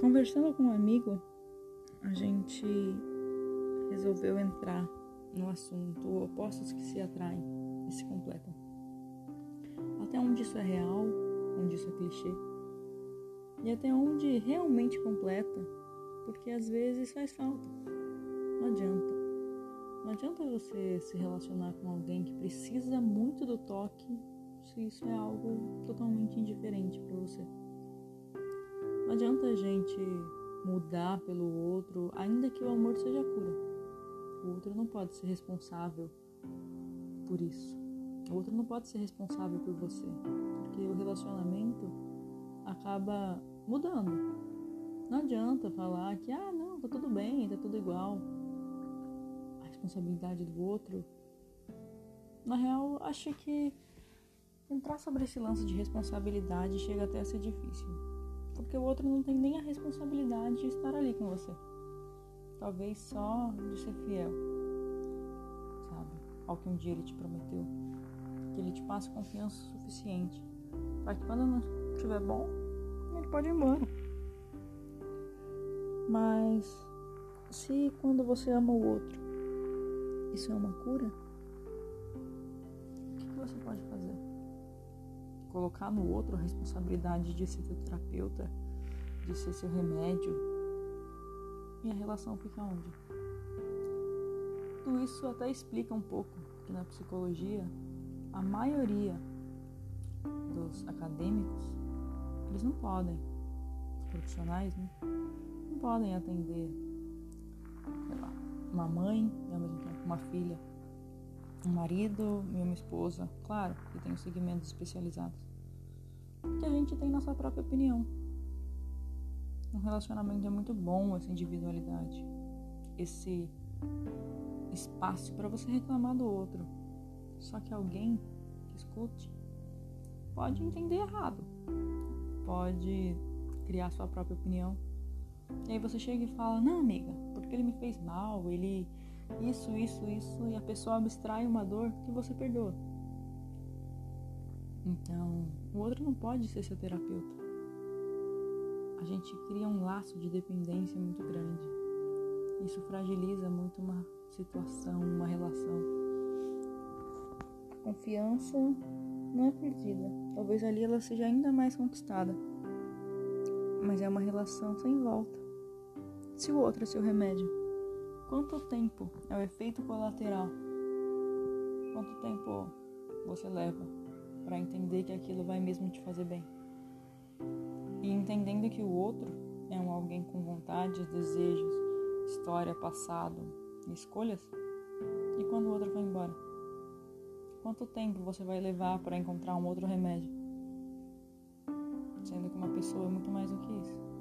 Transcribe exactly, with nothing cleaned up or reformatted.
Conversando com um amigo, a gente resolveu entrar no assunto opostos que se atraem e se completam. Até onde isso é real, onde isso é clichê, e até onde realmente completa, porque às vezes faz falta. Não adianta. Não adianta você se relacionar com alguém que precisa muito do toque se isso é algo totalmente indiferente para você. Não adianta a gente mudar pelo outro, ainda que o amor seja a cura. O outro não pode ser responsável por isso. O outro não pode ser responsável por você, porque o relacionamento acaba mudando. Não adianta falar que, ah, não, tá tudo bem, tá tudo igual. A responsabilidade do outro. Na real, acho que entrar sobre esse lance de responsabilidade chega até a ser difícil. Porque o outro não tem nem a responsabilidade de estar ali com você. Talvez só de ser fiel, sabe? Ao que um dia ele te prometeu. Que ele te passe confiança suficiente para que quando não estiver bom, ele pode ir embora. Mas se quando você ama o outro, isso é uma cura, o que você pode fazer? Colocar no outro a responsabilidade de ser seu terapeuta, de ser seu remédio, e a relação fica onde? Tudo isso até explica um pouco que na psicologia, a maioria dos acadêmicos, eles não podem, os profissionais, né, não podem atender, sei lá, uma mãe e ao mesmo tempo uma filha, um marido e uma esposa, claro que tem os segmentos especializados, porque a gente tem nossa própria opinião. Um relacionamento é muito bom essa individualidade, esse espaço para você reclamar do outro. Só que alguém que escute pode entender errado, pode criar sua própria opinião. E aí você chega e fala, não, amiga, porque ele me fez mal, ele isso, isso, isso, e a pessoa abstrai uma dor que você perdoa. Então, o outro não pode ser seu terapeuta. A gente cria um laço de dependência muito grande. Isso fragiliza muito uma situação, uma relação. A confiança não é perdida. Talvez ali ela seja ainda mais conquistada. Mas é uma relação sem volta. Se o outro é seu remédio, quanto tempo é o efeito colateral? Quanto tempo você leva para entender que aquilo vai mesmo te fazer bem? E entendendo que o outro é um alguém com vontades, desejos, história, passado e escolhas? E quando o outro vai embora? Quanto tempo você vai levar para encontrar um outro remédio? Sendo que uma pessoa é muito mais do que isso.